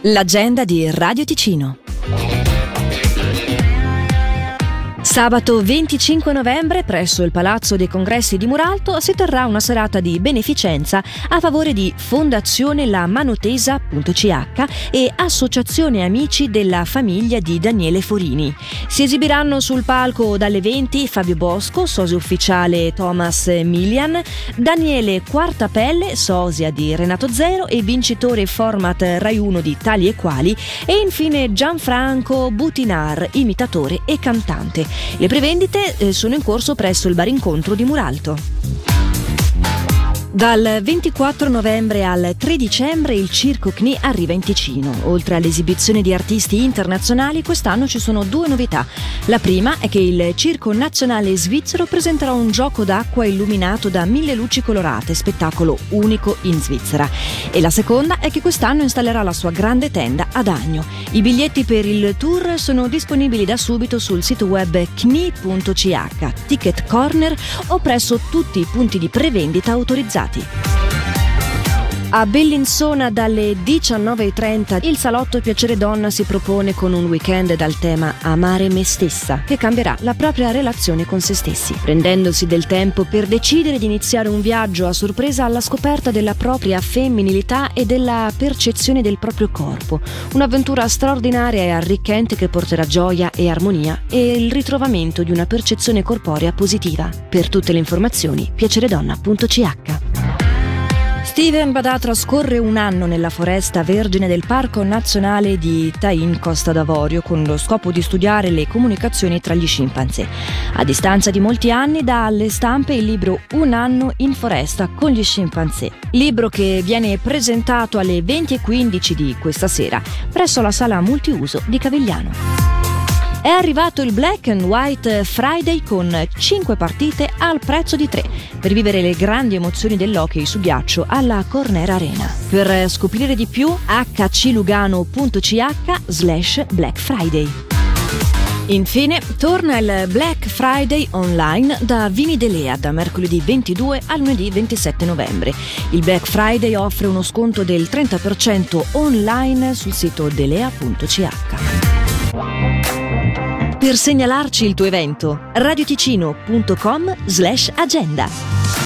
L'agenda di Radio Ticino. Sabato 25 novembre, presso il Palazzo dei Congressi di Muralto, si terrà una serata di beneficenza a favore di Fondazione La Manotesa.ch e Associazione Amici della famiglia di Daniele Forini. Si esibiranno sul palco dalle 20 Fabio Bosco, sosia ufficiale Thomas Milian, Daniele Quartapelle, sosia di Renato Zero e vincitore format Rai 1 di Tali e Quali, e infine Gianfranco Butinar, imitatore e cantante. Le prevendite sono in corso presso il bar incontro di Muralto. Dal 24 novembre al 3 dicembre il Circo CNI arriva in Ticino. Oltre all'esibizione di artisti internazionali, quest'anno ci sono due novità. La prima è che il Circo Nazionale Svizzero presenterà un gioco d'acqua illuminato da 1000 luci colorate, spettacolo unico in Svizzera. E la seconda è che quest'anno installerà la sua grande tenda ad Agno. I biglietti per il tour sono disponibili da subito sul sito web cni.ch, Ticket Corner o presso tutti i punti di prevendita autorizzati. A Bellinzona dalle 19.30 il Salotto Piacere Donna si propone con un weekend dal tema Amare me stessa, che cambierà la propria relazione con se stessi, prendendosi del tempo per decidere di iniziare un viaggio a sorpresa alla scoperta della propria femminilità e della percezione del proprio corpo. Un'avventura straordinaria e arricchente che porterà gioia e armonia e il ritrovamento di una percezione corporea positiva. Per tutte le informazioni piaceredonna.ch. Steven Badà trascorre un anno nella foresta vergine del Parco Nazionale di Tain Costa d'Avorio con lo scopo di studiare le comunicazioni tra gli scimpanzé. A distanza di molti anni dà alle stampe il libro Un anno in foresta con gli scimpanzé, libro che viene presentato alle 20.15 di questa sera presso la sala multiuso di Cavigliano. È arrivato il Black and White Friday con 5 partite al prezzo di 3 per vivere le grandi emozioni dell'hockey su ghiaccio alla Corner Arena. Per scoprire di più hclugano.ch/Black Friday. Infine, torna il Black Friday online da Vini Delea da mercoledì 22 al lunedì 27 novembre. Il Black Friday offre uno sconto del 30% online sul sito delea.ch. Per segnalarci il tuo evento, radioticino.com/agenda.